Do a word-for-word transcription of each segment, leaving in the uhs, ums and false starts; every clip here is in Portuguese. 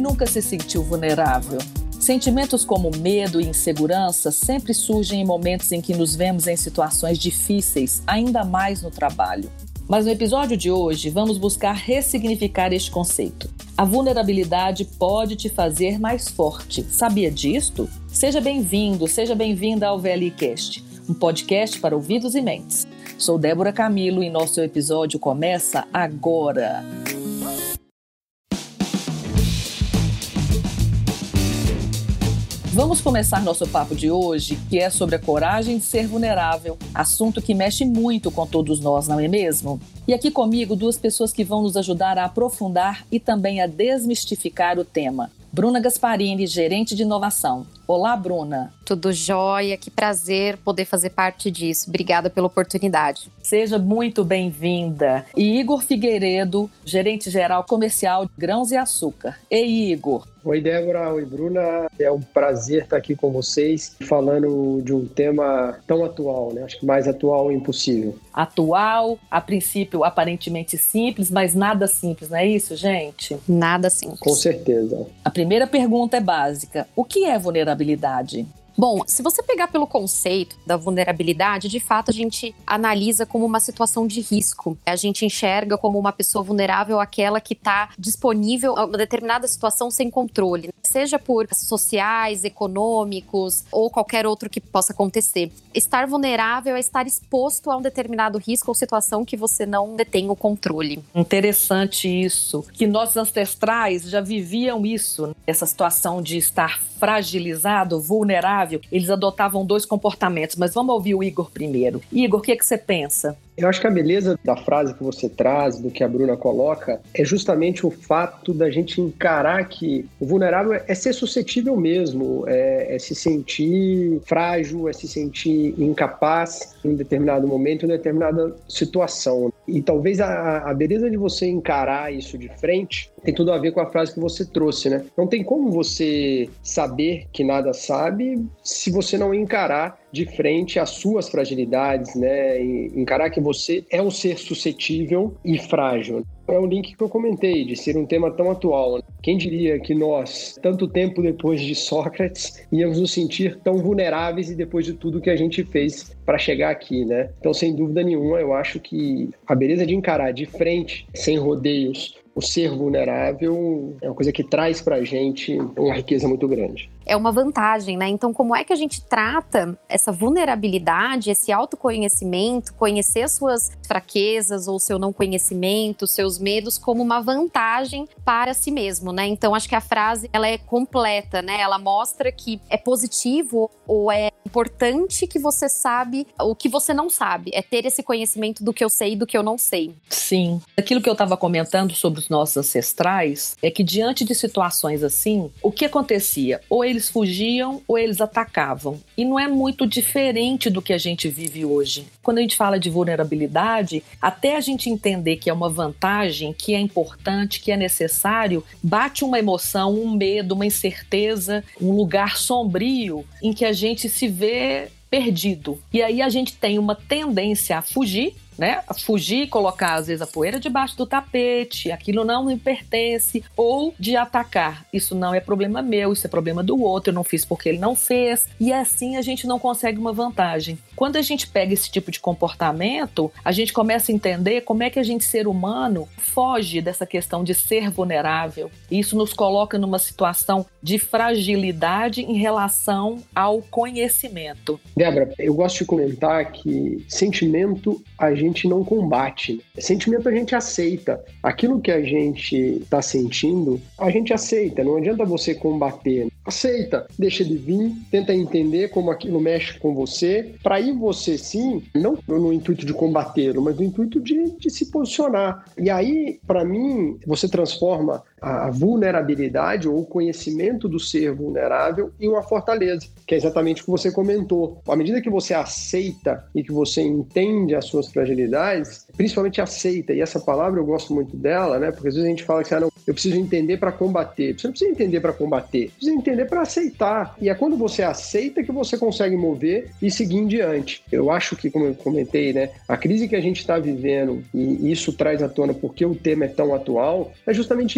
nunca se sentiu vulnerável? Sentimentos como medo e insegurança sempre surgem em momentos em que nos vemos em situações difíceis, ainda mais no trabalho. Mas no episódio de hoje, vamos buscar ressignificar este conceito. A vulnerabilidade pode te fazer mais forte. Sabia disto? Seja bem-vindo, seja bem-vinda ao V L I Cast, um podcast para ouvidos e mentes. Sou Débora Camilo e nosso episódio começa agora. Vamos começar nosso papo de hoje, que é sobre a coragem de ser vulnerável, assunto que mexe muito com todos nós, não é mesmo? E aqui comigo duas pessoas que vão nos ajudar a aprofundar e também a desmistificar o tema. Bruna Gasparini, gerente de inovação. Olá, Bruna. Tudo jóia, que prazer poder fazer parte disso. Obrigada pela oportunidade. Seja muito bem-vinda. E Igor Figueiredo, gerente geral comercial de Grãos e Açúcar. Ei, Igor. Oi, Débora. Oi, Bruna. É um prazer estar aqui com vocês, falando de um tema tão atual, né? Acho que mais atual é impossível. Atual, a princípio aparentemente simples, mas nada simples, não é isso, gente? Nada simples. Com certeza. A primeira pergunta é básica. O que é vulnerabilidade? Bom, se você pegar pelo conceito da vulnerabilidade, de fato a gente analisa como uma situação de risco. A gente enxerga como uma pessoa vulnerável aquela que está disponível a uma determinada situação sem controle, seja por sociais, econômicos ou qualquer outro que possa acontecer. Estar vulnerável é estar exposto a um determinado risco ou situação que você não detém o controle. Interessante isso, que nossos ancestrais já viviam isso, essa situação de estar fragilizado, vulnerável. Eles adotavam dois comportamentos, mas vamos ouvir o Igor primeiro. Igor, o que, é que você pensa? Eu acho que a beleza da frase que você traz, do que a Bruna coloca, é justamente o fato da gente encarar que o vulnerável é ser suscetível mesmo, é, é se sentir frágil, é se sentir incapaz em um determinado momento, em uma determinada situação. E talvez a, a beleza de você encarar isso de frente tem tudo a ver com a frase que você trouxe, né? Não tem como você saber que nada sabe se você não encarar de frente as suas fragilidades, né? E encarar que você é um ser suscetível e frágil. É o link que eu comentei, de ser um tema tão atual. Quem diria que nós, tanto tempo depois de Sócrates, íamos nos sentir tão vulneráveis e depois de tudo que a gente fez para chegar aqui, né? Então, sem dúvida nenhuma, eu acho que a beleza de encarar de frente, sem rodeios, o ser vulnerável é uma coisa que traz pra gente uma riqueza muito grande. É uma vantagem, né? Então, como é que a gente trata essa vulnerabilidade, esse autoconhecimento, conhecer as suas fraquezas ou seu não conhecimento, seus medos, como uma vantagem para si mesmo, né? Então, acho que a frase, ela é completa, né? Ela mostra que é positivo ou é importante que você sabe o que você não sabe. É ter esse conhecimento do que eu sei e do que eu não sei. Sim. Aquilo que eu estava comentando sobre os nossos ancestrais é que diante de situações assim, o que acontecia? Ou eles fugiam ou eles atacavam. E não é muito diferente do que a gente vive hoje. Quando a gente fala de vulnerabilidade, até a gente entender que é uma vantagem, que é importante, que é necessário, bate uma emoção, um medo, uma incerteza, um lugar sombrio em que a gente se vê perdido. E aí a gente tem uma tendência a fugir, né? A fugir e colocar, às vezes, a poeira debaixo do tapete, aquilo não me pertence, ou de atacar. Isso não é problema meu, isso é problema do outro, eu não fiz porque ele não fez. E assim a gente não consegue uma vantagem. Quando a gente pega esse tipo de comportamento, a gente começa a entender como é que a gente, ser humano, foge dessa questão de ser vulnerável. Isso nos coloca numa situação de fragilidade em relação ao conhecimento. Débora, eu gosto de comentar que sentimento a gente não combate. Sentimento a gente aceita. Aquilo que a gente está sentindo, a gente aceita. Não adianta você combater. Aceita, deixa de vir, tenta entender como aquilo mexe com você, para aí você sim, não no intuito de combatê-lo, mas no intuito de, de se posicionar. E aí, para mim, você transforma a vulnerabilidade ou o conhecimento do ser vulnerável em uma fortaleza, que é exatamente o que você comentou. À medida que você aceita e que você entende as suas fragilidades, principalmente aceita, e essa palavra eu gosto muito dela, né? Porque às vezes a gente fala que ah, não, eu preciso entender para combater. Você não precisa entender para combater, precisa entender para aceitar. E é quando você aceita que você consegue mover e seguir em diante. Eu acho que, como eu comentei, né, a crise que a gente está vivendo, e isso traz à tona porque o tema é tão atual, é justamente isso.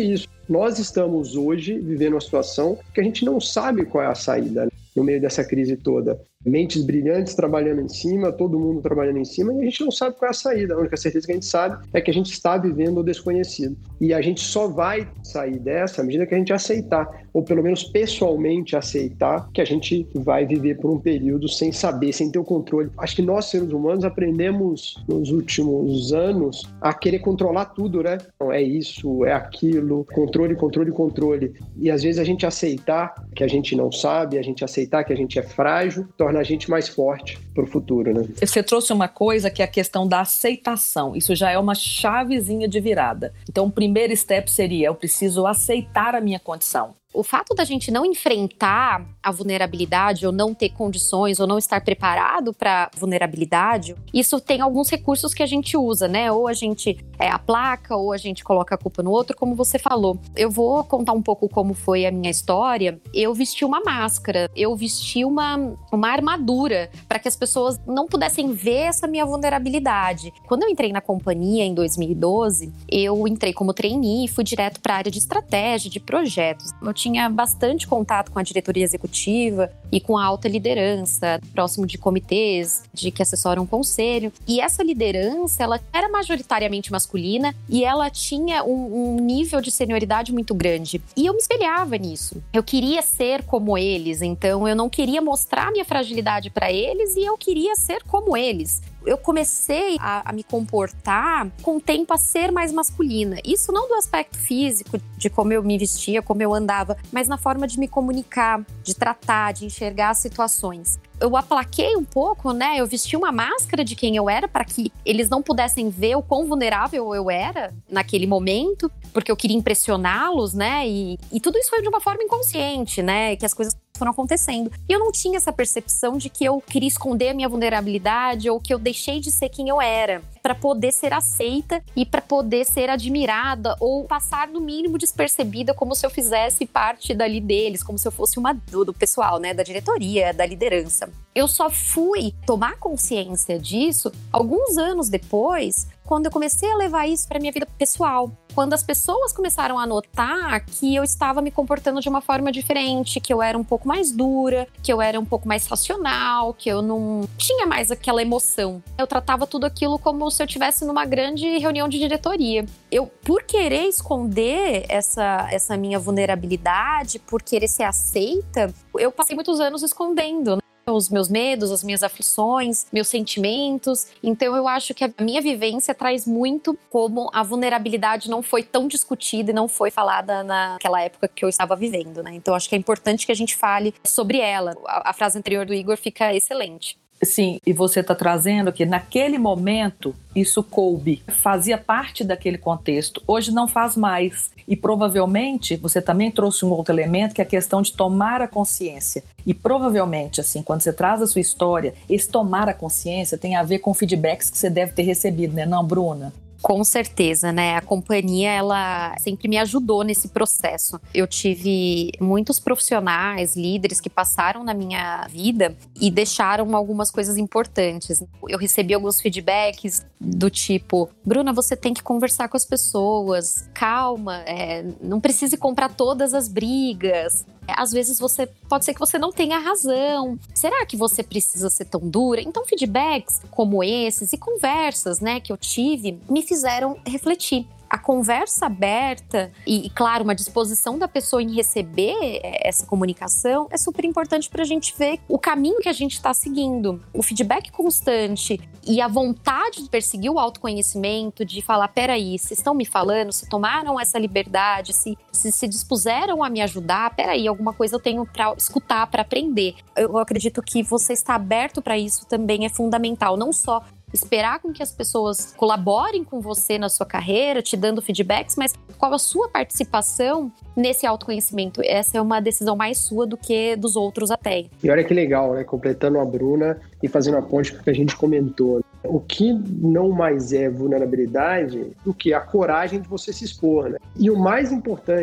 nós estamos hoje vivendo uma situação que a gente não sabe qual é a saída, né? No meio dessa crise toda. Mentes brilhantes trabalhando em cima, todo mundo trabalhando em cima, e a gente não sabe qual é a saída. A única certeza que a gente sabe é que a gente está vivendo o desconhecido. E a gente só vai sair dessa à medida que a gente aceitar, ou pelo menos pessoalmente aceitar, que a gente vai viver por um período sem saber, sem ter o controle. Acho que nós, seres humanos, aprendemos nos últimos anos a querer controlar tudo, né? Não é isso, é aquilo, controle, controle, controle. E às vezes a gente aceitar que a gente não sabe, a gente aceitar que a gente é frágil, torna a gente mais forte para o futuro, né? Você trouxe uma coisa que é a questão da aceitação. Isso já é uma chavezinha de virada. Então, o primeiro step seria: eu preciso aceitar a minha condição. O fato da gente não enfrentar a vulnerabilidade ou não ter condições ou não estar preparado para vulnerabilidade, isso tem alguns recursos que a gente usa, né? Ou a gente é, aplaca, ou a gente coloca a culpa no outro, como você falou. Eu vou contar um pouco como foi a minha história. Eu vesti uma máscara, eu vesti uma, uma armadura para que as pessoas não pudessem ver essa minha vulnerabilidade. Quando eu entrei na companhia em dois mil e doze, eu entrei como trainee e fui direto para a área de estratégia, de projetos. Eu tinha bastante contato com a diretoria executiva e com a alta liderança, próximo de comitês, de que assessoram o conselho. E essa liderança, ela era majoritariamente masculina e ela tinha um, um nível de senioridade muito grande. E eu me espelhava nisso. Eu queria ser como eles, então eu não queria mostrar minha fragilidade para eles e eu queria ser como eles. Eu comecei a, a me comportar com o tempo a ser mais masculina. Isso não do aspecto físico, de como eu me vestia, como eu andava, mas na forma de me comunicar, de tratar, de enxergar as situações. Eu aplaquei um pouco, né? Eu vesti uma máscara de quem eu era para que eles não pudessem ver o quão vulnerável eu era naquele momento, porque eu queria impressioná-los, né? E, e tudo isso foi de uma forma inconsciente, né? Que as coisas foram acontecendo. E eu não tinha essa percepção de que eu queria esconder a minha vulnerabilidade ou que eu deixei de ser quem eu era para poder ser aceita e para poder ser admirada ou passar no mínimo despercebida, como se eu fizesse parte dali deles, como se eu fosse uma do, do pessoal, né, da diretoria, da liderança. Eu só fui tomar consciência disso alguns anos depois, quando eu comecei a levar isso para minha vida pessoal. Quando as pessoas começaram a notar que eu estava me comportando de uma forma diferente, que eu era um pouco mais dura, que eu era um pouco mais racional, que eu não tinha mais aquela emoção. Eu tratava tudo aquilo como se eu estivesse numa grande reunião de diretoria. Eu, por querer esconder essa, essa minha vulnerabilidade, por querer ser aceita, eu passei muitos anos escondendo, né? Os meus medos, as minhas aflições, meus sentimentos. Então eu acho que a minha vivência traz muito como a vulnerabilidade não foi tão discutida e não foi falada naquela época que eu estava vivendo, né? Então eu acho que é importante que a gente fale sobre ela. A, a frase anterior do Igor fica excelente. Sim, e você está trazendo que naquele momento isso coube, fazia parte daquele contexto. Hoje não faz mais. E provavelmente você também trouxe um outro elemento, que é a questão de tomar a consciência. E provavelmente, assim, quando você traz a sua história, esse tomar a consciência tem a ver com feedbacks que você deve ter recebido, né, não, Bruna? Com certeza, né? A companhia, ela sempre me ajudou nesse processo. Eu tive muitos profissionais, líderes que passaram na minha vida e deixaram algumas coisas importantes. Eu recebi alguns feedbacks do tipo: Bruna, você tem que conversar com as pessoas, calma, é, não precise comprar todas as brigas. Às vezes você pode ser que você não tenha razão. Será que você precisa ser tão dura? Então feedbacks como esses e conversas, né, que eu tive me fizeram refletir. A conversa aberta e, e, claro, uma disposição da pessoa em receber essa comunicação é super importante para a gente ver o caminho que a gente está seguindo. O feedback constante e a vontade de perseguir o autoconhecimento, de falar, peraí, se estão me falando, se tomaram essa liberdade, se se, se dispuseram a me ajudar, peraí, alguma coisa eu tenho para escutar, para aprender. Eu acredito que você estar aberto para isso também é fundamental, não só esperar com que as pessoas colaborem com você na sua carreira, te dando feedbacks, mas qual a sua participação nesse autoconhecimento? Essa é uma decisão mais sua do que dos outros até. E olha que legal, né? Completando a Bruna e fazendo a ponte com o que a gente comentou. O que não mais é vulnerabilidade do que a coragem de você se expor, né? E o mais importante,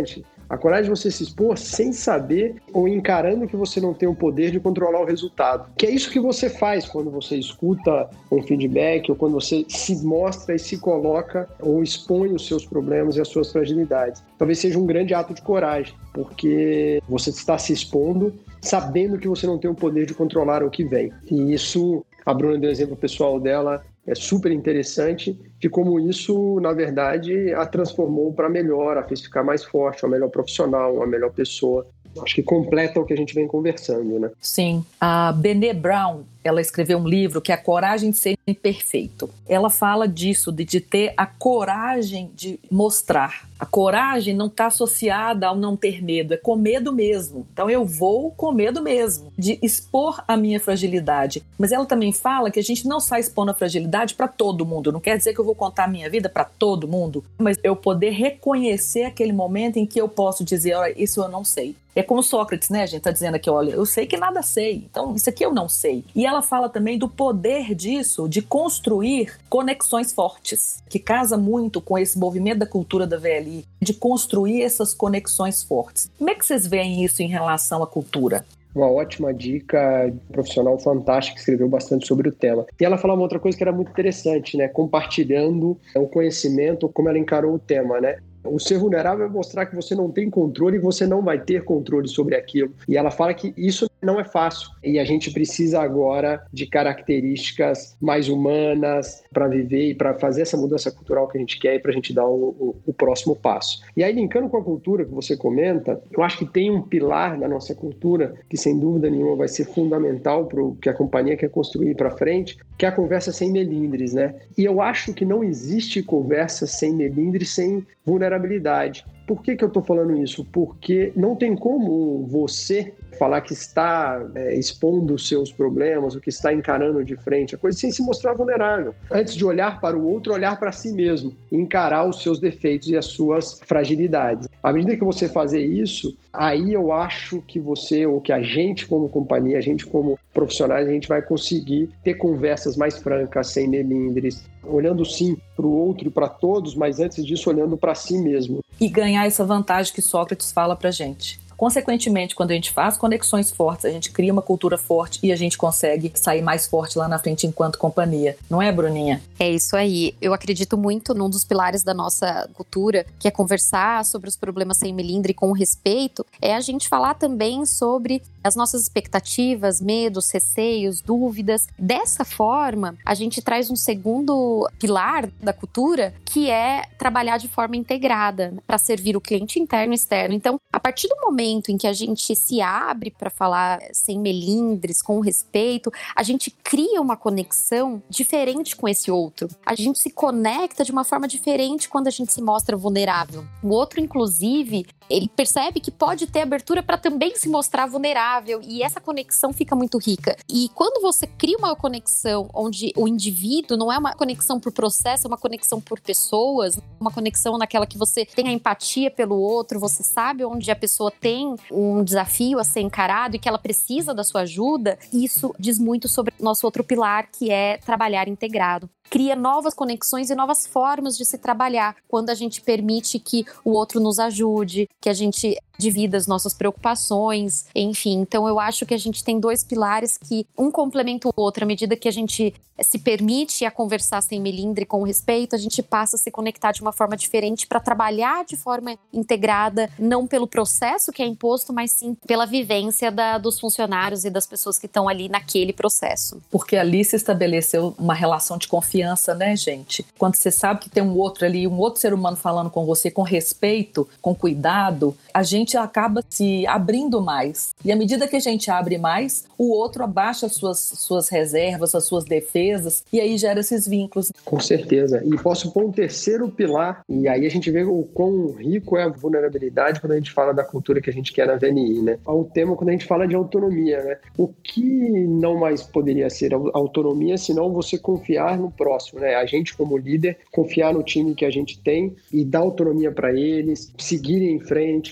A coragem de você se expor sem saber ou encarando que você não tem o poder de controlar o resultado. Que é isso que você faz quando você escuta um feedback ou quando você se mostra e se coloca ou expõe os seus problemas e as suas fragilidades. Talvez seja um grande ato de coragem, porque você está se expondo sabendo que você não tem o poder de controlar o que vem. E isso, a Bruna deu o exemplo pessoal dela, é super interessante de como isso, na verdade, a transformou para melhor, a fez ficar mais forte, uma melhor profissional, uma melhor pessoa. Acho que completa o que a gente vem conversando, né? Sim. A Brené Brown, ela escreveu um livro que é A Coragem de Ser Imperfeito. Ela fala disso, de, de ter a coragem de mostrar. A coragem não está associada ao não ter medo, é com medo mesmo. Então eu vou com medo mesmo, de expor a minha fragilidade. Mas ela também fala que a gente não sai expondo a fragilidade para todo mundo. Não quer dizer que eu vou contar a minha vida para todo mundo, mas eu poder reconhecer aquele momento em que eu posso dizer, olha, isso eu não sei. É como Sócrates, né? A gente está dizendo aqui, olha, eu sei que nada sei, então isso aqui eu não sei. E ela fala também do poder disso, de construir conexões fortes, que casa muito com esse movimento da cultura da V L I, de construir essas conexões fortes. Como é que vocês veem isso em relação à cultura? Uma ótima dica, um profissional fantástico que escreveu bastante sobre o tema. E ela falava outra coisa que era muito interessante, né? Compartilhando o conhecimento, como ela encarou o tema, né? O ser vulnerável é mostrar que você não tem controle e você não vai ter controle sobre aquilo. E ela fala que isso não é fácil. E a gente precisa agora de características mais humanas para viver e para fazer essa mudança cultural que a gente quer e para a gente dar o, o, o próximo passo. E aí, linkando com a cultura que você comenta, eu acho que tem um pilar da nossa cultura que, sem dúvida nenhuma, vai ser fundamental para o que a companhia quer construir para frente, que é a conversa sem melindres, né? E eu acho que não existe conversa sem melindres, sem vulnerabilidade. Por que que eu estou falando isso? Porque não tem como você falar que está é, expondo os seus problemas, o que está encarando de frente, a coisa sem se mostrar vulnerável. Antes de olhar para o outro, olhar para si mesmo, encarar os seus defeitos e as suas fragilidades. À medida que você fazer isso, aí eu acho que você, ou que a gente como companhia, a gente como profissionais, a gente vai conseguir ter conversas mais francas, sem melindres, olhando sim para o outro e para todos, mas antes disso olhando para si mesmo. E ganhar essa vantagem que Sócrates fala para a gente. Consequentemente, quando a gente faz conexões fortes, a gente cria uma cultura forte e a gente consegue sair mais forte lá na frente enquanto companhia. Não é, Bruninha? É isso aí. Eu acredito muito num dos pilares da nossa cultura, que é conversar sobre os problemas sem melindre com respeito, é a gente falar também sobre as nossas expectativas, medos, receios, dúvidas. Dessa forma, a gente traz um segundo pilar da cultura, que é trabalhar de forma integrada para servir o cliente interno e externo. Então, a partir do momento em que a gente se abre para falar sem melindres, com respeito, a gente cria uma conexão diferente com esse outro. A gente se conecta de uma forma diferente quando a gente se mostra vulnerável. O outro, inclusive, ele percebe que pode ter abertura para também se mostrar vulnerável e essa conexão fica muito rica. E quando você cria uma conexão onde o indivíduo não é uma conexão por processo, é uma conexão por pessoas, uma conexão naquela que você tem a empatia pelo outro, você sabe onde a pessoa tem um desafio a ser encarado e que ela precisa da sua ajuda, isso diz muito sobre o nosso outro pilar, que é trabalhar integrado. Cria novas conexões e novas formas de se trabalhar quando a gente permite que o outro nos ajude, que a gente divida as nossas preocupações, enfim. Então eu acho que a gente tem dois pilares que um complementa o outro. À medida que a gente se permite a conversar sem melindre, com respeito, a gente passa a se conectar de uma forma diferente para trabalhar de forma integrada, não pelo processo que é imposto, mas sim pela vivência da, dos funcionários e das pessoas que estão ali naquele processo. Porque ali se estabeleceu uma relação de confiança, né, gente? Quando você sabe que tem um outro ali, um outro ser humano falando com você com respeito, com cuidado, a gente acaba se abrindo mais. E à medida que a gente abre mais, o outro abaixa as suas, suas reservas, as suas defesas, e aí gera esses vínculos. Com certeza. E posso pôr um terceiro pilar, e aí a gente vê o quão rico é a vulnerabilidade quando a gente fala da cultura que a gente quer na V N I, né? Ao tema quando a gente fala de autonomia, né? O que não mais poderia ser autonomia, senão você confiar no próximo, né? A gente como líder, confiar no time que a gente tem e dar autonomia para eles, seguirem em frente, saber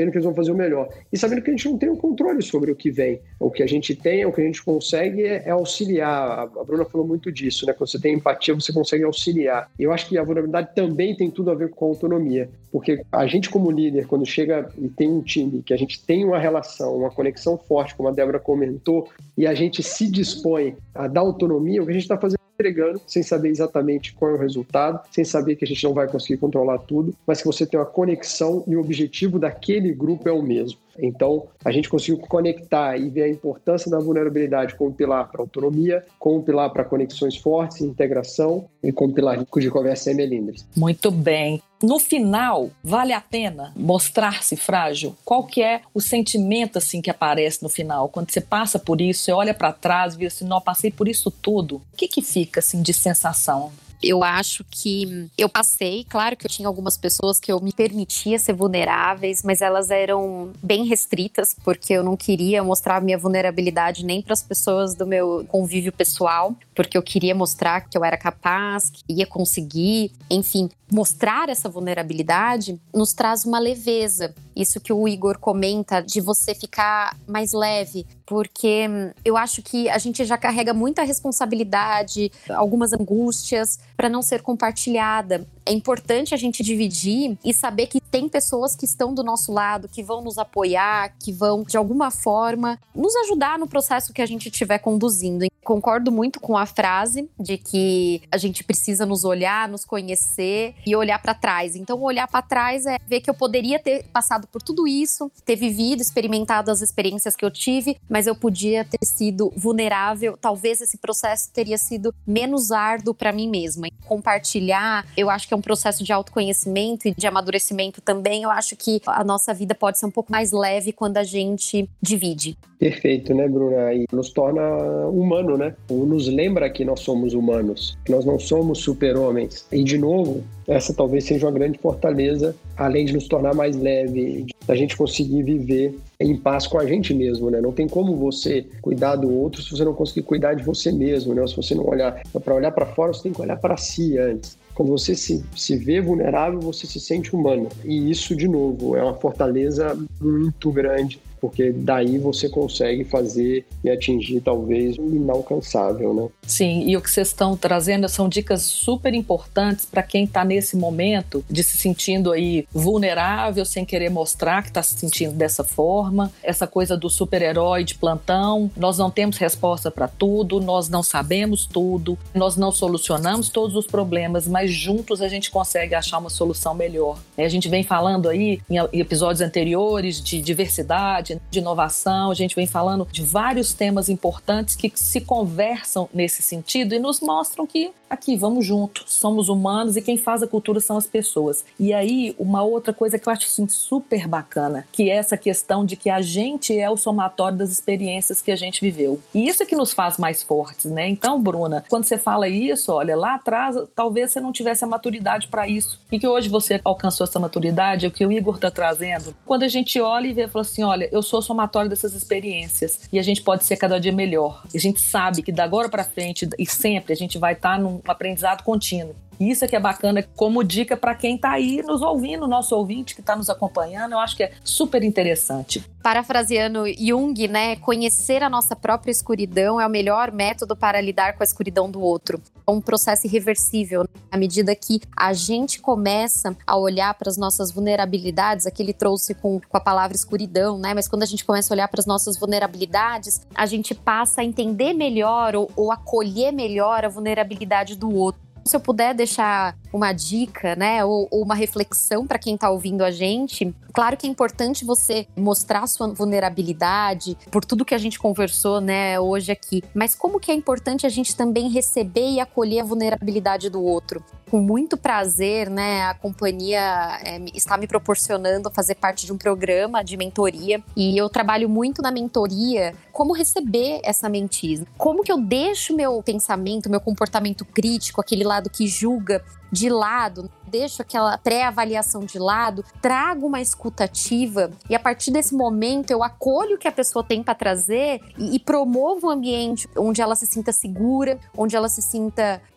sabendo que eles vão fazer o melhor. E sabendo que a gente não tem o controle sobre o que vem. O que a gente tem, o que a gente consegue é, é auxiliar. A Bruna falou muito disso, né? Quando você tem empatia, você consegue auxiliar. E eu acho que a vulnerabilidade também tem tudo a ver com a autonomia. Porque a gente, como líder, quando chega e tem um time, que a gente tem uma relação, uma conexão forte, como a Débora comentou, e a gente se dispõe a dar autonomia, o que a gente está fazendo é entregando, sem saber exatamente qual é o resultado, sem saber que a gente não vai conseguir controlar tudo, mas que você tem uma conexão e o objetivo daquele grupo é o mesmo. Então, a gente conseguiu conectar e ver a importância da vulnerabilidade como pilar para autonomia, como pilar para conexões fortes, integração e como pilar de conversa sem melindres. Muito bem. No final, vale a pena mostrar-se frágil? Qual que é o sentimento assim que aparece no final? Quando você passa por isso, você olha para trás e vê assim, não, passei por isso tudo. O que que fica assim de sensação? Eu acho que eu passei, claro que eu tinha algumas pessoas que eu me permitia ser vulneráveis, mas elas eram bem restritas, porque eu não queria mostrar minha vulnerabilidade nem para as pessoas do meu convívio pessoal, porque eu queria mostrar que eu era capaz, que ia conseguir, enfim. Mostrar essa vulnerabilidade nos traz uma leveza. Isso que o Igor comenta de você ficar mais leve, porque eu acho que a gente já carrega muita responsabilidade, algumas angústias para não ser compartilhada. É importante a gente dividir e saber que tem pessoas que estão do nosso lado, que vão nos apoiar, que vão, de alguma forma, nos ajudar no processo que a gente estiver conduzindo. Concordo muito com a frase de que a gente precisa nos olhar, nos conhecer e olhar para trás. Então, olhar para trás é ver que eu poderia ter passado por tudo isso, ter vivido, experimentado as experiências que eu tive, mas eu podia ter sido vulnerável. Talvez esse processo teria sido menos árduo para mim mesma. Compartilhar, eu acho que é um processo de autoconhecimento e de amadurecimento também. Eu acho que a nossa vida pode ser um pouco mais leve quando a gente divide. Perfeito, né, Bruna? E nos torna humano, né? Ou nos lembra que nós somos humanos, que nós não somos super-homens. E, de novo, essa talvez seja uma grande fortaleza, além de nos tornar mais leve, da gente conseguir viver em paz com a gente mesmo, né? Não tem como você cuidar do outro se você não conseguir cuidar de você mesmo, né? Se você não olhar para olhar para fora, você tem que olhar para si antes. Quando você se, se vê vulnerável, você se sente humano. E isso, de novo, é uma fortaleza muito grande, porque daí você consegue fazer e atingir talvez o inalcançável, né? Sim, e o que vocês estão trazendo são dicas super importantes para quem está nesse momento de se sentindo aí vulnerável, sem querer mostrar que está se sentindo dessa forma. Essa coisa do super-herói de plantão, nós não temos resposta para tudo, nós não sabemos tudo, nós não solucionamos todos os problemas, mas juntos a gente consegue achar uma solução melhor. A gente vem falando aí em episódios anteriores de diversidade, de inovação, a gente vem falando de vários temas importantes que se conversam nesse sentido e nos mostram que aqui, vamos juntos, somos humanos e quem faz a cultura são as pessoas. E aí, uma outra coisa que eu acho assim, super bacana, que é essa questão de que a gente é o somatório das experiências que a gente viveu. E isso é que nos faz mais fortes, né? Então, Bruna, quando você fala isso, olha, lá atrás, talvez você não tivesse a maturidade para isso. E que hoje você alcançou essa maturidade, é o que o Igor está trazendo. Quando a gente olha e vê, fala assim, olha, eu sou somatório dessas experiências e a gente pode ser cada dia melhor. A gente sabe que da agora para frente e sempre a gente vai estar num aprendizado contínuo. E isso é que é bacana como dica para quem está aí nos ouvindo, nosso ouvinte que está nos acompanhando, eu acho que é super interessante. Parafraseando Jung, né, conhecer a nossa própria escuridão é o melhor método para lidar com a escuridão do outro. É um processo irreversível, né? À medida que a gente começa a olhar para as nossas vulnerabilidades, aqui ele trouxe com, com a palavra escuridão, né? Mas quando a gente começa a olhar para as nossas vulnerabilidades, a gente passa a entender melhor ou, ou acolher melhor a vulnerabilidade do outro. Se eu puder deixar uma dica, né, ou, ou uma reflexão para quem está ouvindo a gente, claro que é importante você mostrar sua vulnerabilidade por tudo que a gente conversou, né, hoje aqui, mas como que é importante a gente também receber e acolher a vulnerabilidade do outro? Com muito prazer, né, a companhia é, está me proporcionando fazer parte de um programa de mentoria e eu trabalho muito na mentoria como receber essa mentis. Como que eu deixo meu pensamento, meu comportamento crítico, aquele lado que julga, de lado, deixo aquela pré-avaliação de lado, trago uma escuta ativa e a partir desse momento eu acolho o que a pessoa tem para trazer e, e promovo um ambiente onde ela se sinta segura, onde ela se sinta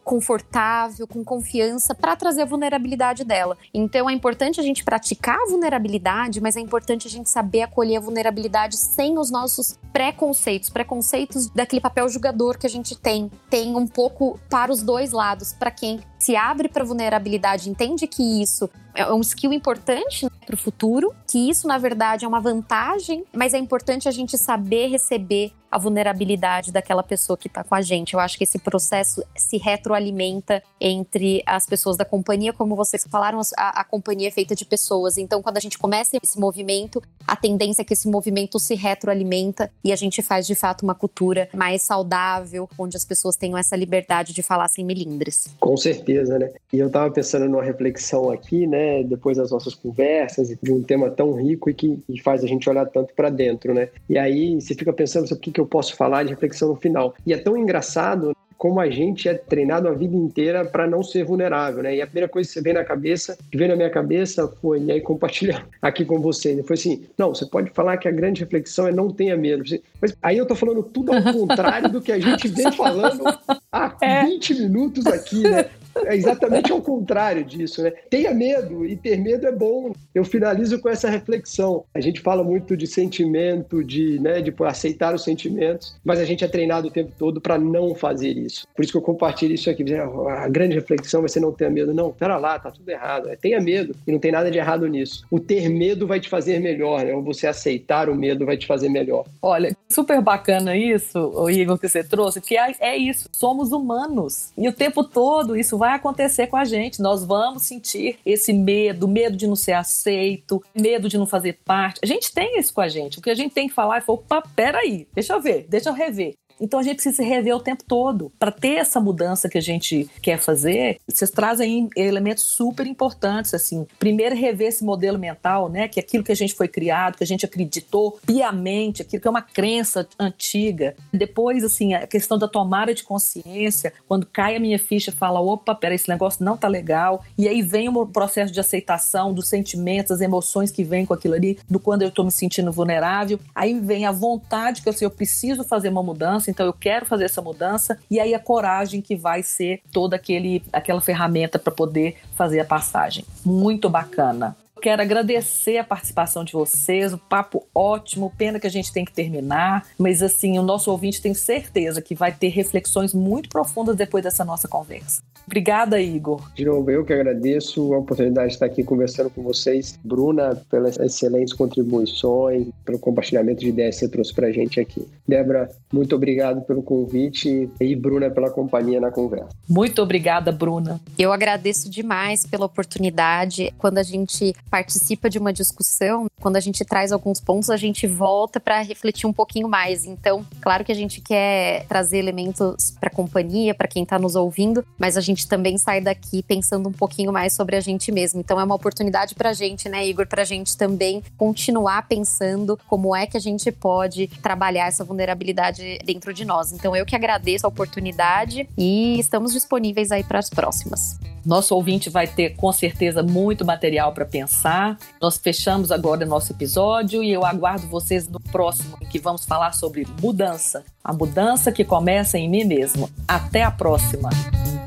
confortável, com confiança, para trazer a vulnerabilidade dela. Então é importante a gente praticar a vulnerabilidade, mas é importante a gente saber acolher a vulnerabilidade sem os nossos preconceitos, preconceitos daquele papel julgador que a gente tem. Tem um pouco para os dois lados, para quem se abre para a vulnerabilidade, entende que isso é um skill importante, né, para o futuro, que isso, na verdade, é uma vantagem, mas é importante a gente saber receber a vulnerabilidade daquela pessoa que está com a gente. Eu acho que esse processo se retroalimenta entre as pessoas da companhia, como vocês falaram, a, a companhia é feita de pessoas. Então, quando a gente começa esse movimento, a tendência é que esse movimento se retroalimenta e a gente faz, de fato, uma cultura mais saudável, onde as pessoas tenham essa liberdade de falar sem melindres. Com certeza, né? E eu estava pensando numa reflexão aqui, né, depois das nossas conversas, de um tema tão rico e que, que faz a gente olhar tanto para dentro, né? E aí você fica pensando sobre o que, que eu posso falar de reflexão no final. E é tão engraçado como a gente é treinado a vida inteira para não ser vulnerável, né? E a primeira coisa que você vem na cabeça, que veio na minha cabeça foi, e aí compartilhar aqui com você, né? Foi assim, não, você pode falar que a grande reflexão é não tenha medo. Mas aí eu tô falando tudo ao contrário do que a gente vem falando há é. vinte minutos aqui, né? É exatamente ao contrário disso, né? Tenha medo, e ter medo é bom. Eu finalizo com essa reflexão. A gente fala muito de sentimento, de, né, de aceitar os sentimentos, mas a gente é treinado o tempo todo para não fazer isso. Por isso que eu compartilho isso aqui. A grande reflexão vai ser não ter medo. Não, pera lá, tá tudo errado. É, tenha medo, e não tem nada de errado nisso. O ter medo vai te fazer melhor, né? Ou você aceitar o medo vai te fazer melhor. Olha, super bacana isso, o Igor, que você trouxe, que é, é isso. Somos humanos. E o tempo todo isso vai acontecer com a gente. Nós vamos sentir esse medo, medo de não ser aceito, medo de não fazer parte. A gente tem isso com a gente. O que a gente tem que falar é, opa, peraí, deixa eu ver, deixa eu rever. Então a gente precisa se rever o tempo todo. Para ter essa mudança que a gente quer fazer, vocês trazem elementos super importantes, assim. Primeiro, rever esse modelo mental, né? Que é aquilo que a gente foi criado, que a gente acreditou piamente, aquilo que é uma crença antiga. Depois, assim, a questão da tomada de consciência, quando cai a minha ficha, fala, opa, pera, esse negócio não tá legal. E aí vem o processo de aceitação dos sentimentos, das emoções que vêm com aquilo ali, do quando eu tô me sentindo vulnerável. Aí vem a vontade que eu sei, eu preciso fazer uma mudança, então eu quero fazer essa mudança, e aí a coragem que vai ser toda aquele, aquela ferramenta para poder fazer a passagem. Muito bacana. Quero agradecer a participação de vocês, o papo ótimo, pena que a gente tem que terminar, mas assim, o nosso ouvinte tem certeza que vai ter reflexões muito profundas depois dessa nossa conversa. Obrigada, Igor. De novo, eu que agradeço a oportunidade de estar aqui conversando com vocês. Bruna, pelas excelentes contribuições, pelo compartilhamento de ideias que você trouxe pra gente aqui. Débora, muito obrigado pelo convite e Bruna pela companhia na conversa. Muito obrigada, Bruna. Eu agradeço demais pela oportunidade. Quando a gente participa de uma discussão, quando a gente traz alguns pontos, a gente volta para refletir um pouquinho mais. Então, claro que a gente quer trazer elementos para a companhia, para quem está nos ouvindo, mas a gente também sai daqui pensando um pouquinho mais sobre a gente mesmo. Então, é uma oportunidade para a gente, né, Igor, para a gente também continuar pensando como é que a gente pode trabalhar essa vulnerabilidade dentro de nós. Então, eu que agradeço a oportunidade e estamos disponíveis aí para as próximas. Nosso ouvinte vai ter, com certeza, muito material para pensar. Nós fechamos agora o nosso episódio e eu aguardo vocês no próximo, em que vamos falar sobre mudança. A mudança que começa em mim mesmo. Até a próxima!